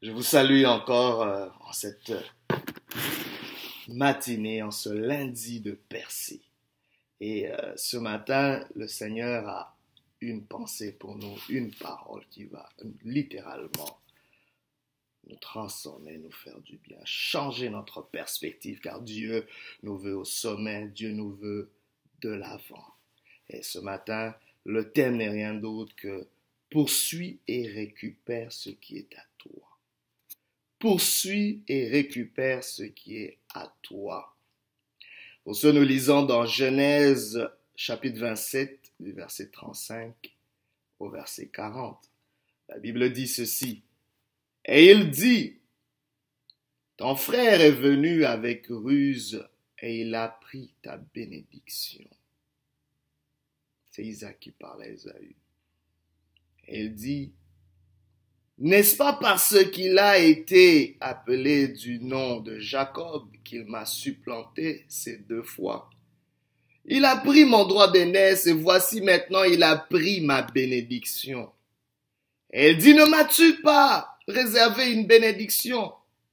Je vous salue encore en cette matinée, en ce lundi de Percée. Et ce matin, le Seigneur a une pensée pour nous, une parole qui va littéralement nous transformer, nous faire du bien, changer notre perspective, car Dieu nous veut au sommet, Dieu nous veut de l'avant. Et ce matin, le thème n'est rien d'autre que poursuis et récupère ce qui est à toi. Poursuis et récupère ce qui est à toi. Pour ce, nous lisons dans Genèse chapitre 27, du verset 35 au verset 40. La Bible dit ceci. Et il dit, ton frère est venu avec ruse et il a pris ta bénédiction. C'est Isaac qui parle à Ésaü. Et il dit, n'est-ce pas parce qu'il a été appelé du nom de Jacob qu'il m'a supplanté ces 2 fois? Il a pris mon droit d'aînesse et voici maintenant il a pris ma bénédiction. Et il dit, ne m'as-tu pas réservé une bénédiction?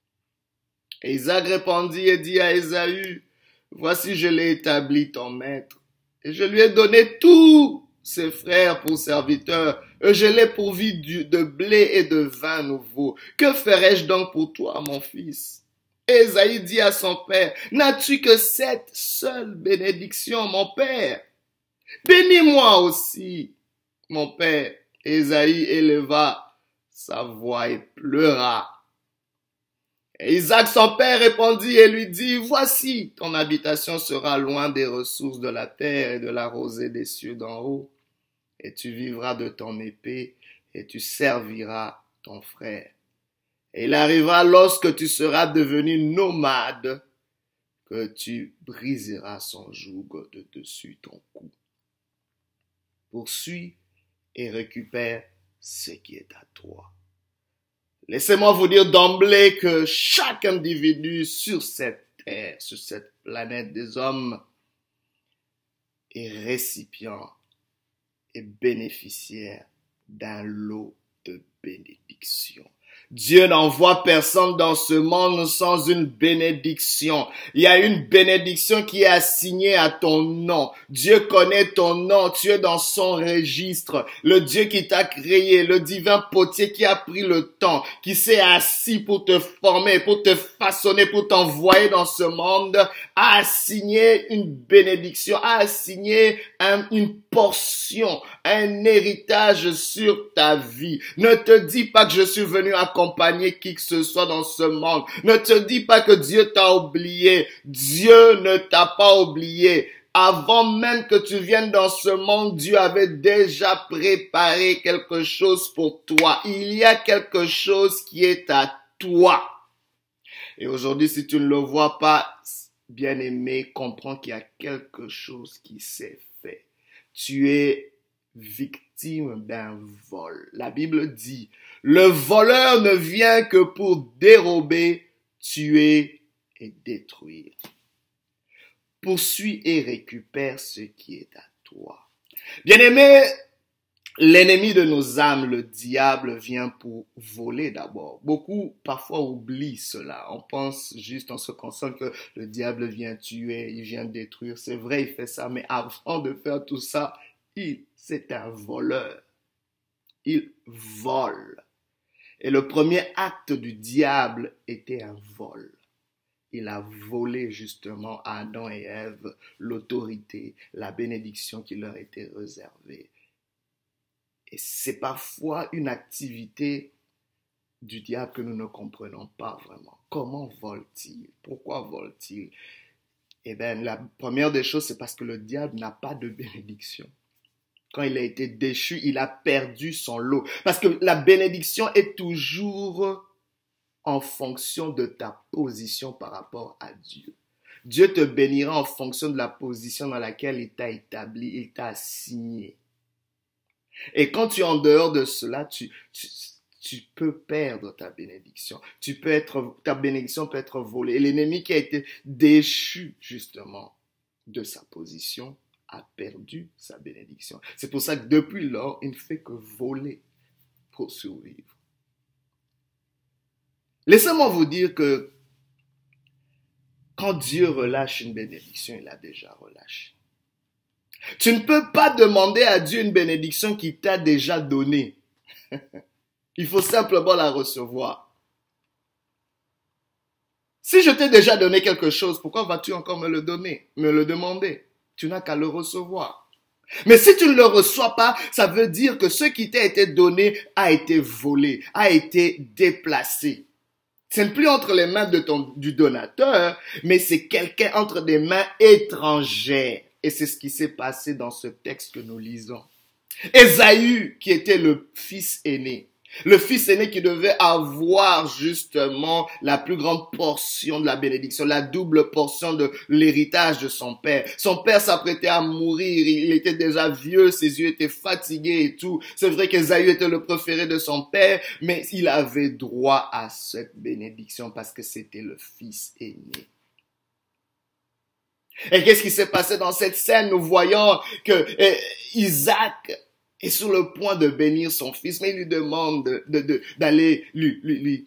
Et Isaac répondit et dit à Ésaü, voici je l'ai établi ton maître et je lui ai donné tous ses frères pour serviteurs, et je l'ai pourvu de blé et de vin nouveau. Que ferai-je donc pour toi, mon fils? Et Ésaü dit à son père, n'as-tu que cette seule bénédiction, mon père? Bénis-moi aussi, mon père. Ésaü éleva sa voix et pleura. Et Isaac, son père, répondit et lui dit, voici, ton habitation sera loin des ressources de la terre et de la rosée des cieux d'en haut. Et tu vivras de ton épée et tu serviras ton frère. Et il arrivera lorsque tu seras devenu nomade que tu briseras son joug de dessus ton cou. Poursuis et récupère ce qui est à toi. Laissez-moi vous dire d'emblée que chaque individu sur cette terre, sur cette planète des hommes, est récipient et bénéficiaire d'un lot de bénédictions. Dieu n'envoie personne dans ce monde sans une bénédiction. Il y a une bénédiction qui est assignée à ton nom. Dieu connaît ton nom. Tu es dans son registre. Le Dieu qui t'a créé, le divin potier qui a pris le temps, qui s'est assis pour te former, pour te façonner, pour t'envoyer dans ce monde, a assigné une bénédiction, a assigné une portion, un héritage sur ta vie. Ne te dis pas que je suis venu accompagner qui que ce soit dans ce monde. Ne te dis pas que Dieu t'a oublié. Dieu ne t'a pas oublié. Avant même que tu viennes dans ce monde, Dieu avait déjà préparé quelque chose pour toi. Il y a quelque chose qui est à toi. Et aujourd'hui, si tu ne le vois pas, bien-aimé, comprends qu'il y a quelque chose qui s'est fait. Tu es victime d'un vol. La Bible dit, le voleur ne vient que pour dérober, tuer et détruire. Poursuis et récupère ce qui est à toi. Bien-aimé, l'ennemi de nos âmes, le diable, vient pour voler d'abord. Beaucoup parfois oublient cela. On pense juste, on se concentre que le diable vient tuer, il vient détruire. C'est vrai, il fait ça, mais avant de faire tout ça, c'est un voleur. Il vole. Et le premier acte du diable était un vol. Il a volé justement à Adam et Ève l'autorité, la bénédiction qui leur était réservée. Et c'est parfois une activité du diable que nous ne comprenons pas vraiment. Comment vole-t-il? Pourquoi vole-t-il? Eh bien, la première des choses, c'est parce que le diable n'a pas de bénédiction. Quand il a été déchu, il a perdu son lot. Parce que la bénédiction est toujours en fonction de ta position par rapport à Dieu. Dieu te bénira en fonction de la position dans laquelle il t'a établi, il t'a assigné. Et quand tu es en dehors de cela, tu peux perdre ta bénédiction. Ta bénédiction peut être volée. Et l'ennemi qui a été déchu justement de sa position a perdu sa bénédiction. C'est pour ça que depuis lors, il ne fait que voler pour survivre. Laissez-moi vous dire que quand Dieu relâche une bénédiction, il a déjà relâché. Tu ne peux pas demander à Dieu une bénédiction qu'il t'a déjà donnée. Il faut simplement la recevoir. Si je t'ai déjà donné quelque chose, pourquoi vas-tu encore me le donner, me le demander? Tu n'as qu'à le recevoir. Mais si tu ne le reçois pas, ça veut dire que ce qui t'a été donné a été volé, a été déplacé. Ce n'est plus entre les mains du donateur, mais c'est quelqu'un entre des mains étrangères. Et c'est ce qui s'est passé dans ce texte que nous lisons. Ésaü, qui était le fils aîné qui devait avoir justement la plus grande portion de la bénédiction, la double portion de l'héritage de son père. Son père s'apprêtait à mourir, il était déjà vieux, ses yeux étaient fatigués et tout. C'est vrai qu'Ésaü était le préféré de son père, mais il avait droit à cette bénédiction parce que c'était le fils aîné. Et qu'est-ce qui s'est passé dans cette scène? Nous voyons que Isaac est sur le point de bénir son fils, mais il lui demande d'aller lui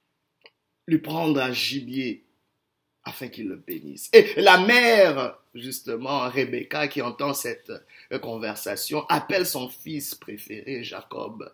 prendre un gibier afin qu'il le bénisse. Et la mère, justement, Rebecca, qui entend cette conversation, appelle son fils préféré, Jacob,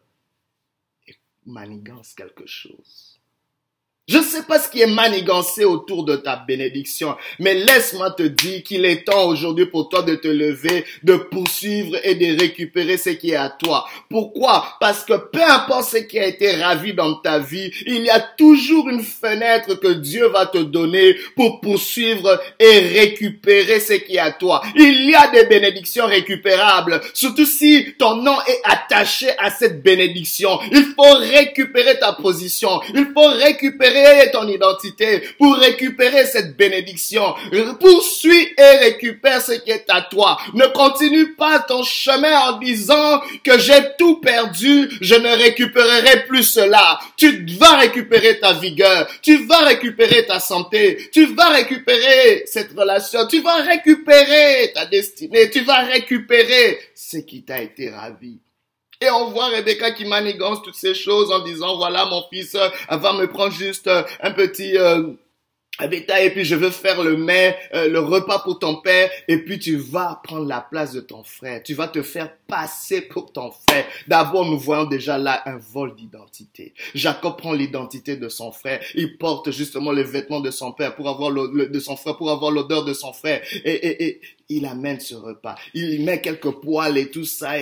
et manigance quelque chose. Je ne sais pas ce qui est manigancé autour de ta bénédiction, mais laisse-moi te dire qu'il est temps aujourd'hui pour toi de te lever, de poursuivre et de récupérer ce qui est à toi. Pourquoi? Parce que peu importe ce qui a été ravi dans ta vie, il y a toujours une fenêtre que Dieu va te donner pour poursuivre et récupérer ce qui est à toi. Il y a des bénédictions récupérables, surtout si ton nom est attaché à cette bénédiction. Il faut récupérer ta position, il faut récupérer ton identité, pour récupérer cette bénédiction. Poursuis et récupère ce qui est à toi. Ne continue pas ton chemin en disant que j'ai tout perdu, je ne récupérerai plus cela. Tu vas récupérer ta vigueur, tu vas récupérer ta santé, tu vas récupérer cette relation, tu vas récupérer ta destinée, tu vas récupérer ce qui t'a été ravi. Et on voit Rebecca qui manigance toutes ces choses en disant, voilà, mon fils va me prendre juste un petit bétail et puis je veux faire le mets, le repas pour ton père et puis tu vas prendre la place de ton frère. Tu vas te faire passer pour ton frère. D'abord, nous voyons déjà là un vol d'identité. Jacob prend l'identité de son frère. Il porte justement les vêtements de son père pour avoir de son frère, pour avoir l'odeur de son frère. Et il amène ce repas. Il met quelques poils et tout ça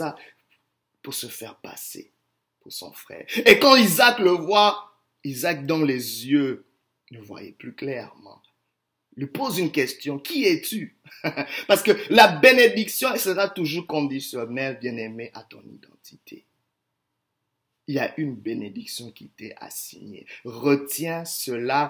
pour se faire passer pour son frère. Et quand Isaac le voit, Isaac dans les yeux ne voyait plus clairement. Lui pose une question, qui es-tu? Parce que la bénédiction sera toujours conditionnelle, bien-aimé, à ton identité. Il y a une bénédiction qui t'est assignée. Retiens cela.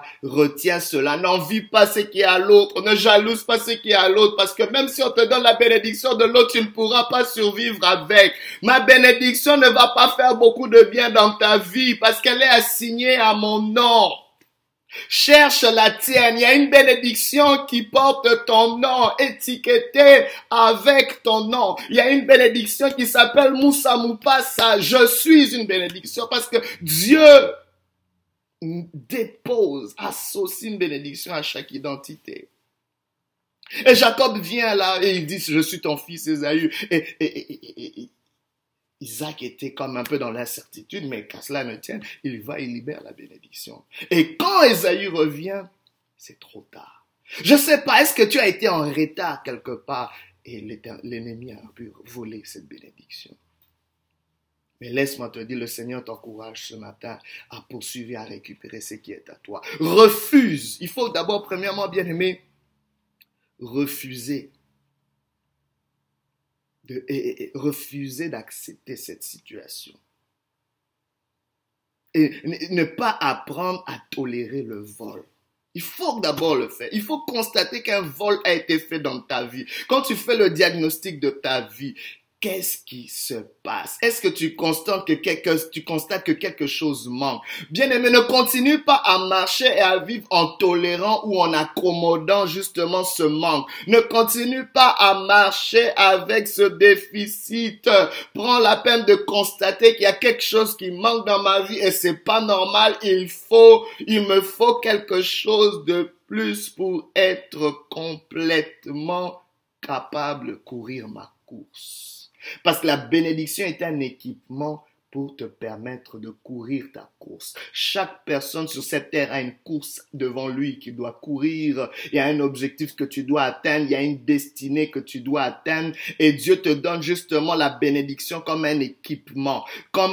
N'envie pas ce qui est à l'autre. Ne jalouse pas ce qui est à l'autre. Parce que même si on te donne la bénédiction de l'autre, tu ne pourras pas survivre avec. Ma bénédiction ne va pas faire beaucoup de bien dans ta vie parce qu'elle est assignée à mon nom. Cherche la tienne. Il y a une bénédiction qui porte ton nom, étiquetée avec ton nom. Il y a une bénédiction qui s'appelle Moussa Moupassa. Je suis une bénédiction parce que Dieu associe une bénédiction à chaque identité. Et Jacob vient là et il dit, je suis ton fils Ésaü. Et Isaac était comme un peu dans l'incertitude, mais qu'à cela ne tienne, il libère la bénédiction. Et quand Ésaü revient, c'est trop tard. Je ne sais pas, est-ce que tu as été en retard quelque part et l'ennemi a pu voler cette bénédiction? Mais laisse-moi te dire, le Seigneur t'encourage ce matin à poursuivre, à récupérer ce qui est à toi. Refuse. Il faut d'abord, premièrement, bien aimé, refuser d'accepter cette situation. Et ne pas apprendre à tolérer le vol. Il faut d'abord le faire. Il faut constater qu'un vol a été fait dans ta vie. Quand tu fais le diagnostic de ta vie, qu'est-ce qui se passe? Est-ce que tu constates que quelque chose manque? Bien-aimé, ne continue pas à marcher et à vivre en tolérant ou en accommodant justement ce manque. Ne continue pas à marcher avec ce déficit. Prends la peine de constater qu'il y a quelque chose qui manque dans ma vie et c'est pas normal. Il me faut quelque chose de plus pour être complètement capable de courir ma course. Parce que la bénédiction est un équipement pour te permettre de courir ta course. Chaque personne sur cette terre a une course devant lui qu'il doit courir. Il y a un objectif que tu dois atteindre. Il y a une destinée que tu dois atteindre. Et Dieu te donne justement la bénédiction comme un équipement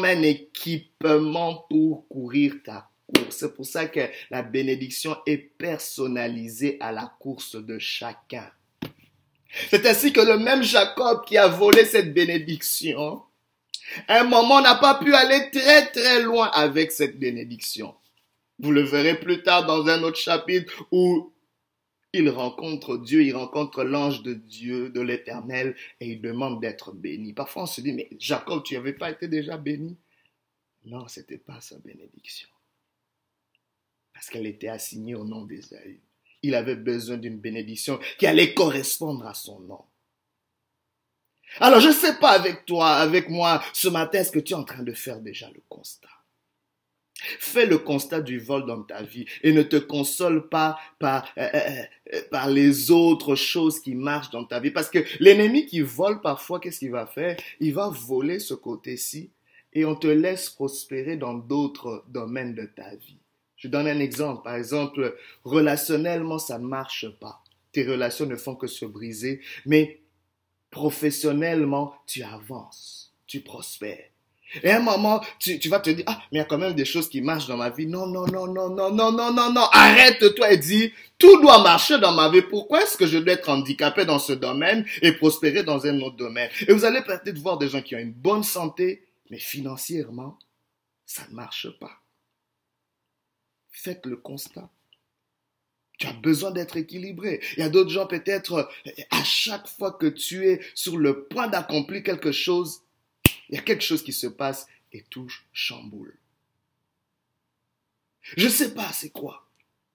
pour courir ta course. C'est pour ça que la bénédiction est personnalisée à la course de chacun. C'est ainsi que le même Jacob qui a volé cette bénédiction, à un moment n'a pas pu aller très très loin avec cette bénédiction. Vous le verrez plus tard dans un autre chapitre où il rencontre Dieu, il rencontre l'ange de Dieu, de l'Éternel, et il demande d'être béni. Parfois on se dit, mais Jacob, tu n'avais pas été déjà béni? Non, ce n'était pas sa bénédiction. Parce qu'elle était assignée au nom d'Ésaü. Il avait besoin d'une bénédiction qui allait correspondre à son nom. Alors, je ne sais pas avec toi, avec moi, ce matin, est-ce que tu es en train de faire déjà le constat? Fais le constat du vol dans ta vie et ne te console pas par les autres choses qui marchent dans ta vie. Parce que l'ennemi qui vole parfois, qu'est-ce qu'il va faire? Il va voler ce côté-ci et on te laisse prospérer dans d'autres domaines de ta vie. Je donne un exemple. Par exemple, relationnellement, ça ne marche pas. Tes relations ne font que se briser. Mais professionnellement, tu avances. Tu prospères. Et à un moment, tu vas te dire, mais il y a quand même des choses qui marchent dans ma vie. Non. Arrête-toi et dis, tout doit marcher dans ma vie. Pourquoi est-ce que je dois être handicapé dans ce domaine et prospérer dans un autre domaine? Et vous allez peut-être voir des gens qui ont une bonne santé, mais financièrement, ça ne marche pas. Faites le constat. Tu as besoin d'être équilibré. Il y a d'autres gens peut-être, à chaque fois que tu es sur le point d'accomplir quelque chose, il y a quelque chose qui se passe et tout chamboule. Je ne sais pas c'est quoi.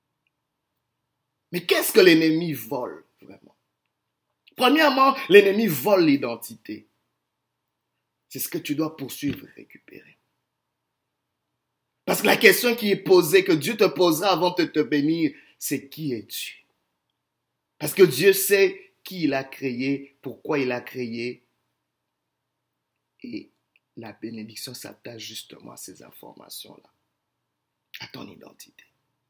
Mais qu'est-ce que l'ennemi vole vraiment? Premièrement, l'ennemi vole l'identité. C'est ce que tu dois poursuivre et récupérer. Parce que la question qui est posée, que Dieu te posera avant de te bénir, c'est qui es-tu? Parce que Dieu sait qui il a créé, pourquoi il a créé. Et la bénédiction s'attache justement à ces informations-là, à ton identité.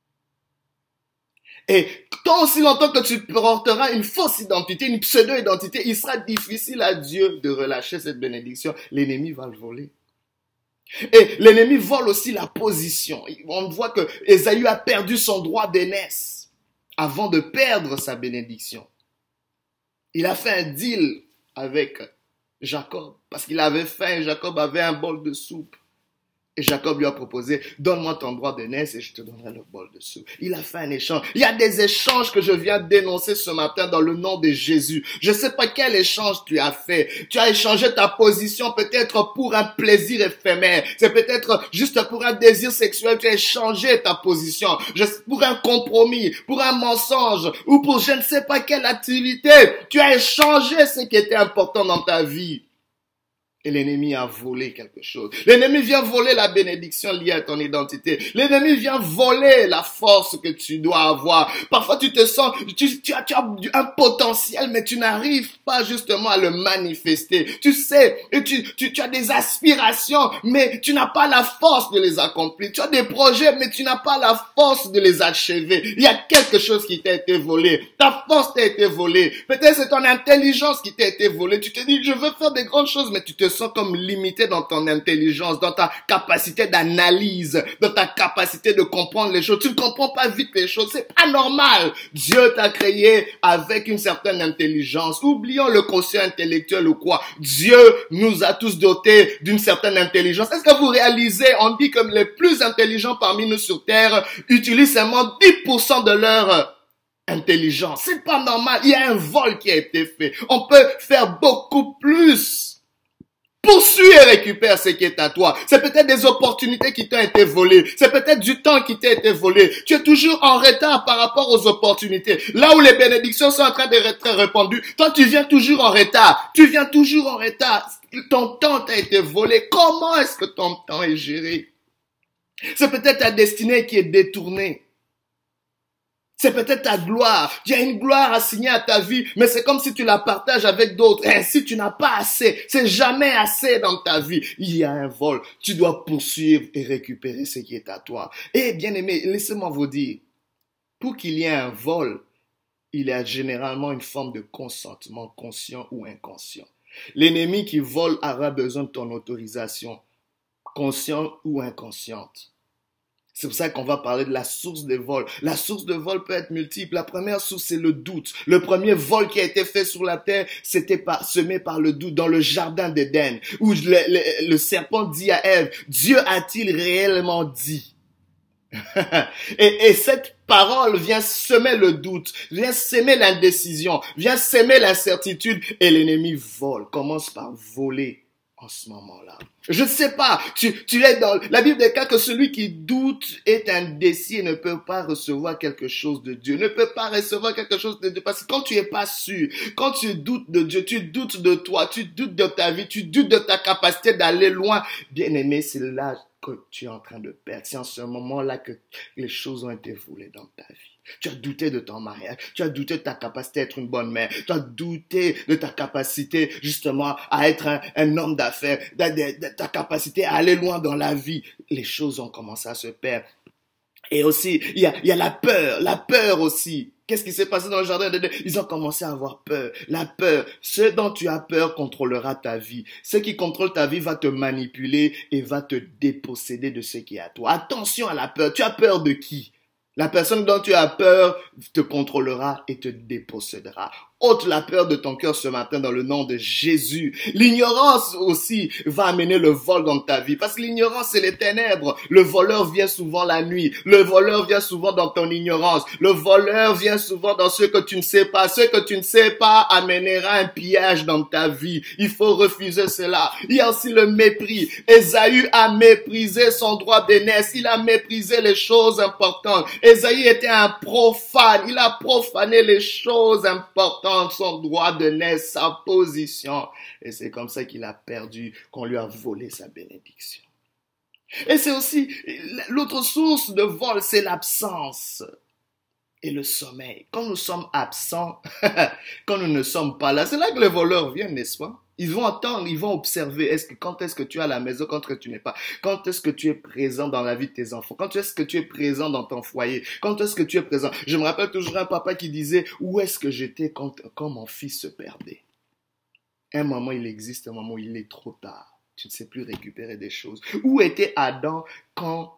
Et tant aussi longtemps que tu porteras une fausse identité, une pseudo-identité, il sera difficile à Dieu de relâcher cette bénédiction. L'ennemi va le voler. Et l'ennemi vole aussi la position. On voit que Ésaü a perdu son droit d'aînesse avant de perdre sa bénédiction. Il a fait un deal avec Jacob parce qu'il avait faim et Jacob avait un bol de soupe. Et Jacob lui a proposé, donne-moi ton droit d'aînesse et je te donnerai le bol de soupe. Il a fait un échange. Il y a des échanges que je viens dénoncer ce matin dans le nom de Jésus. Je ne sais pas quel échange tu as fait. Tu as échangé ta position peut-être pour un plaisir éphémère. C'est peut-être juste pour un désir sexuel. Tu as échangé ta position pour un compromis, pour un mensonge ou pour je ne sais pas quelle activité. Tu as échangé ce qui était important dans ta vie. Et l'ennemi a volé quelque chose. L'ennemi vient voler la bénédiction liée à ton identité. L'ennemi vient voler la force que tu dois avoir. Parfois tu te sens, tu as un potentiel, mais tu n'arrives pas justement à le manifester. Tu sais, et tu as des aspirations, mais tu n'as pas la force de les accomplir. Tu as des projets, mais tu n'as pas la force de les achever. Il y a quelque chose qui t'a été volé. Ta force t'a été volée. Peut-être c'est ton intelligence qui t'a été volée. Tu te dis, je veux faire des grandes choses, mais tu te sens comme limité dans ton intelligence, dans ta capacité d'analyse, dans ta capacité de comprendre les choses. Tu ne comprends pas vite les choses. C'est pas normal. Dieu t'a créé avec une certaine intelligence. Oublions le quotient intellectuel ou quoi. Dieu nous a tous dotés d'une certaine intelligence. Est-ce que vous réalisez, on dit que les plus intelligents parmi nous sur Terre utilisent seulement 10% de leur intelligence. C'est pas normal. Il y a un vol qui a été fait. On peut faire beaucoup plus Poursuis et récupère ce qui est à toi. C'est peut-être des opportunités qui t'ont été volées. C'est peut-être du temps qui t'a été volé. Tu es toujours en retard par rapport aux opportunités. Là où les bénédictions sont en train d'être répandues, toi tu viens toujours en retard. Tu viens toujours en retard. Ton temps t'a été volé. Comment est-ce que ton temps est géré? C'est peut-être ta destinée qui est détournée. C'est peut-être ta gloire. Il y a une gloire assignée à ta vie, mais c'est comme si tu la partages avec d'autres. Ainsi, tu n'as pas assez. C'est jamais assez dans ta vie. Il y a un vol. Tu dois poursuivre et récupérer ce qui est à toi. Et bien aimé, laissez-moi vous dire, pour qu'il y ait un vol, il y a généralement une forme de consentement conscient ou inconscient. L'ennemi qui vole aura besoin de ton autorisation, consciente ou inconsciente. C'est pour ça qu'on va parler de la source des vols. La source de vol peut être multiple. La première source, c'est le doute. Le premier vol qui a été fait sur la terre, c'était semé par le doute dans le jardin d'Éden, où le serpent dit à Ève, Dieu a-t-il réellement dit? et cette parole vient semer le doute, vient semer l'indécision, vient semer l'incertitude, et l'ennemi vole, commence par voler en ce moment-là. Je ne sais pas, tu es dans la Bible déclare que celui qui doute est indécis et ne peut pas recevoir quelque chose de Dieu, ne peut pas recevoir quelque chose de Dieu, parce que quand tu es pas sûr, quand tu doutes de Dieu, tu doutes de toi, tu doutes de ta vie, tu doutes de ta capacité d'aller loin, bien aimé, c'est là que tu es en train de perdre. C'est en ce moment-là que les choses ont été volées dans ta vie. Tu as douté de ton mariage, tu as douté de ta capacité à être une bonne mère, tu as douté de ta capacité justement à être un homme d'affaires, de ta capacité à aller loin dans la vie. Les choses ont commencé à se perdre. Et aussi, il y a la peur aussi. Qu'est-ce qui s'est passé dans le jardin d'Éden? Ils ont commencé à avoir peur. La peur, ce dont tu as peur contrôlera ta vie. Ce qui contrôle ta vie va te manipuler et va te déposséder de ce qui est à toi. Attention à la peur. Tu as peur de qui? La personne dont tu as peur te contrôlera et te dépossédera. Ôte la peur de ton cœur ce matin dans le nom de Jésus. L'ignorance aussi va amener le vol dans ta vie. Parce que l'ignorance, c'est les ténèbres. Le voleur vient souvent la nuit. Le voleur vient souvent dans ton ignorance. Le voleur vient souvent dans ce que tu ne sais pas. Ce que tu ne sais pas amènera un pillage dans ta vie. Il faut refuser cela. Il y a aussi le mépris. Ésaü a méprisé son droit d'aînesse. Il a méprisé les choses importantes. Ésaü était un profane. Il a profané les choses importantes. Son droit de naissance, sa position. Et c'est comme ça qu'il a perdu, qu'on lui a volé sa bénédiction. Et c'est aussi, l'autre source de vol, c'est l'absence et le sommeil. Quand nous sommes absents, quand nous ne sommes pas là, c'est là que les voleurs viennent, n'est-ce pas? Ils vont attendre, ils vont observer. Quand est-ce que tu es à la maison, quand est-ce que tu n'es pas? Quand est-ce que tu es présent dans la vie de tes enfants? Quand est-ce que tu es présent dans ton foyer? Quand est-ce que tu es présent? Je me rappelle toujours un papa qui disait, où est-ce que j'étais quand mon fils se perdait? Un moment il existe, un moment où il est trop tard. Tu ne sais plus récupérer des choses. Où était Adam quand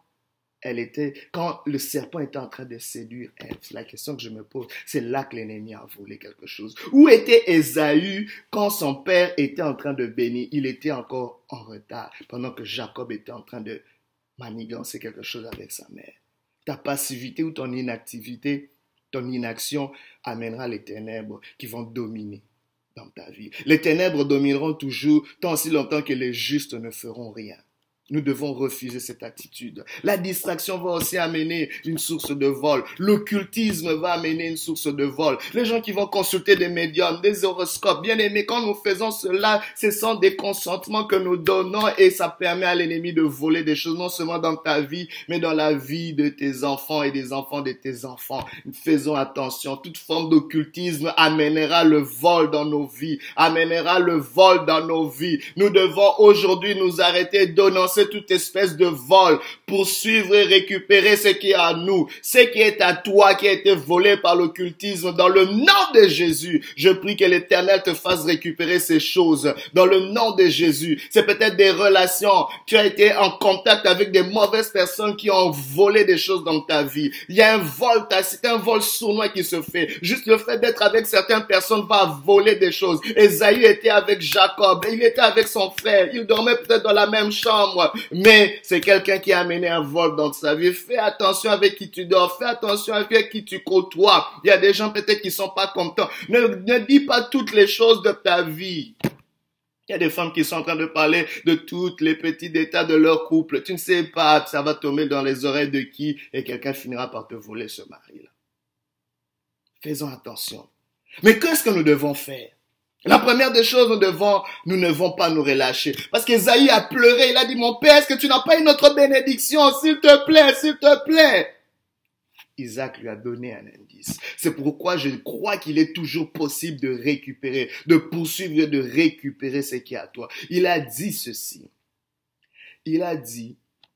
le serpent était en train de séduire Ève? C'est la question que je me pose. C'est là que l'ennemi a volé quelque chose. Où était Ésaü quand son père était en train de bénir? Il était encore en retard, pendant que Jacob était en train de manigancer quelque chose avec sa mère. Ta passivité ou ton inactivité, ton inaction amènera les ténèbres qui vont dominer dans ta vie. Les ténèbres domineront toujours tant aussi longtemps que les justes ne feront rien. Nous devons refuser cette attitude. La distraction va aussi amener une source de vol. L'occultisme va amener une source de vol. Les gens qui vont consulter des médiums, des horoscopes, bien aimés, quand nous faisons cela, ce sont des consentements que nous donnons et ça permet à l'ennemi de voler des choses, non seulement dans ta vie, mais dans la vie de tes enfants et des enfants de tes enfants. Faisons attention. Toute forme d'occultisme amènera le vol dans nos vies, amènera le vol dans nos vies. Nous devons aujourd'hui nous arrêter d'énoncer toute espèce de vol, poursuivre et récupérer ce qui est à nous, ce qui est à toi, qui a été volé par l'occultisme. Dans le nom de Jésus, je prie que l'Éternel te fasse récupérer ces choses. Dans le nom de Jésus, c'est peut-être des relations. Tu as été en contact avec des mauvaises personnes qui ont volé des choses dans ta vie. Il y a un vol tacite, un vol sournois qui se fait. Juste le fait d'être avec certaines personnes va voler des choses. Ésaü était avec Jacob, il était avec son frère, il dormait peut-être dans la même chambre. Mais c'est quelqu'un qui a amené un vol dans sa vie. Fais attention avec qui tu dors. Fais attention avec qui tu côtoies. Il y a des gens peut-être qui sont pas contents. Ne dis pas toutes les choses de ta vie. Il y a des femmes qui sont en train de parler de tous les petits détails de leur couple. Tu ne sais pas, ça va tomber dans les oreilles de qui et quelqu'un finira par te voler ce mari-là. Faisons attention. Mais qu'est-ce que nous devons faire? La première des choses, nous ne devons pas nous relâcher. Parce qu'Ésaïe a pleuré, il a dit, mon père, est-ce que tu n'as pas une autre bénédiction? S'il te plaît, s'il te plaît. Isaac lui a donné un indice. C'est pourquoi je crois qu'il est toujours possible de récupérer, de poursuivre, de récupérer ce qui est à toi. Il a dit ceci. Il a dit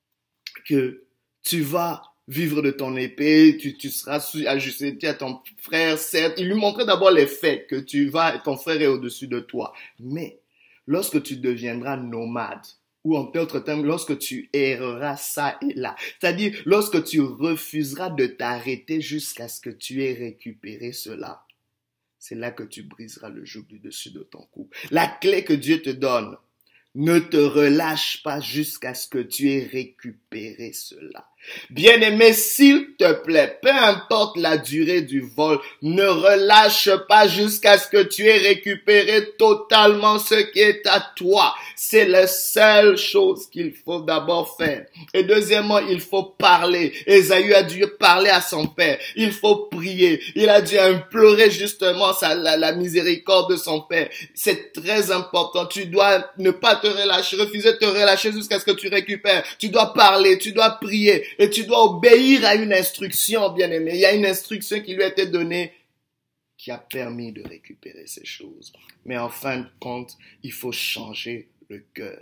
que tu vas vivre de ton épée, tu seras ajusté à ton frère, certes. Il lui montrait d'abord les faits, que ton frère est au-dessus de toi. Mais, lorsque tu deviendras nomade, ou en d'autres termes, lorsque tu erreras ça et là, c'est-à-dire lorsque tu refuseras de t'arrêter jusqu'à ce que tu aies récupéré cela, c'est là que tu briseras le joug du dessus de ton cou. La clé que Dieu te donne, ne te relâche pas jusqu'à ce que tu aies récupéré cela. Bien-aimé, s'il te plaît, peu importe la durée du vol, ne relâche pas jusqu'à ce que tu aies récupéré totalement ce qui est à toi. C'est la seule chose qu'il faut d'abord faire. Et deuxièmement, il faut parler. Ésaü a dû parler à son père. Il faut prier. Il a dû implorer justement la miséricorde de son père. C'est très important. Tu dois ne pas te relâcher, refuser de te relâcher jusqu'à ce que tu récupères. Tu dois parler, tu dois prier. Et tu dois obéir à une instruction, bien-aimé. Il y a une instruction qui lui a été donnée qui a permis de récupérer ces choses. Mais en fin de compte, il faut changer le cœur.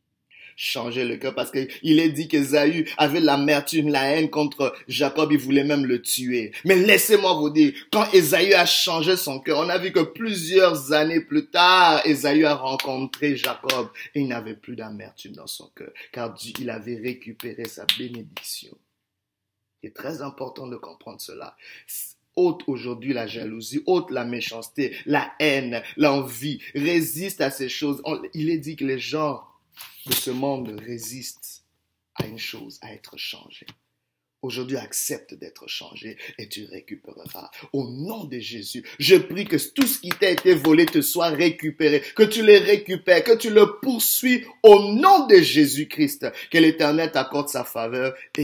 Changer le cœur parce qu'il est dit qu'Ésaü avait l'amertume, la haine contre Jacob, il voulait même le tuer. Mais laissez-moi vous dire, quand Ésaü a changé son cœur, on a vu que plusieurs années plus tard, Ésaü a rencontré Jacob et il n'avait plus d'amertume dans son cœur car Dieu, il avait récupéré sa bénédiction. Il est très important de comprendre cela. Ôte aujourd'hui la jalousie, ôte la méchanceté, la haine, l'envie, résiste à ces choses. Il est dit que les gens de ce monde résistent à une chose, à être changés. Aujourd'hui, accepte d'être changé et tu récupéreras. Au nom de Jésus, je prie que tout ce qui t'a été volé te soit récupéré, que tu le récupères, que tu le poursuis au nom de Jésus-Christ. Que l'Éternel t'accorde sa faveur.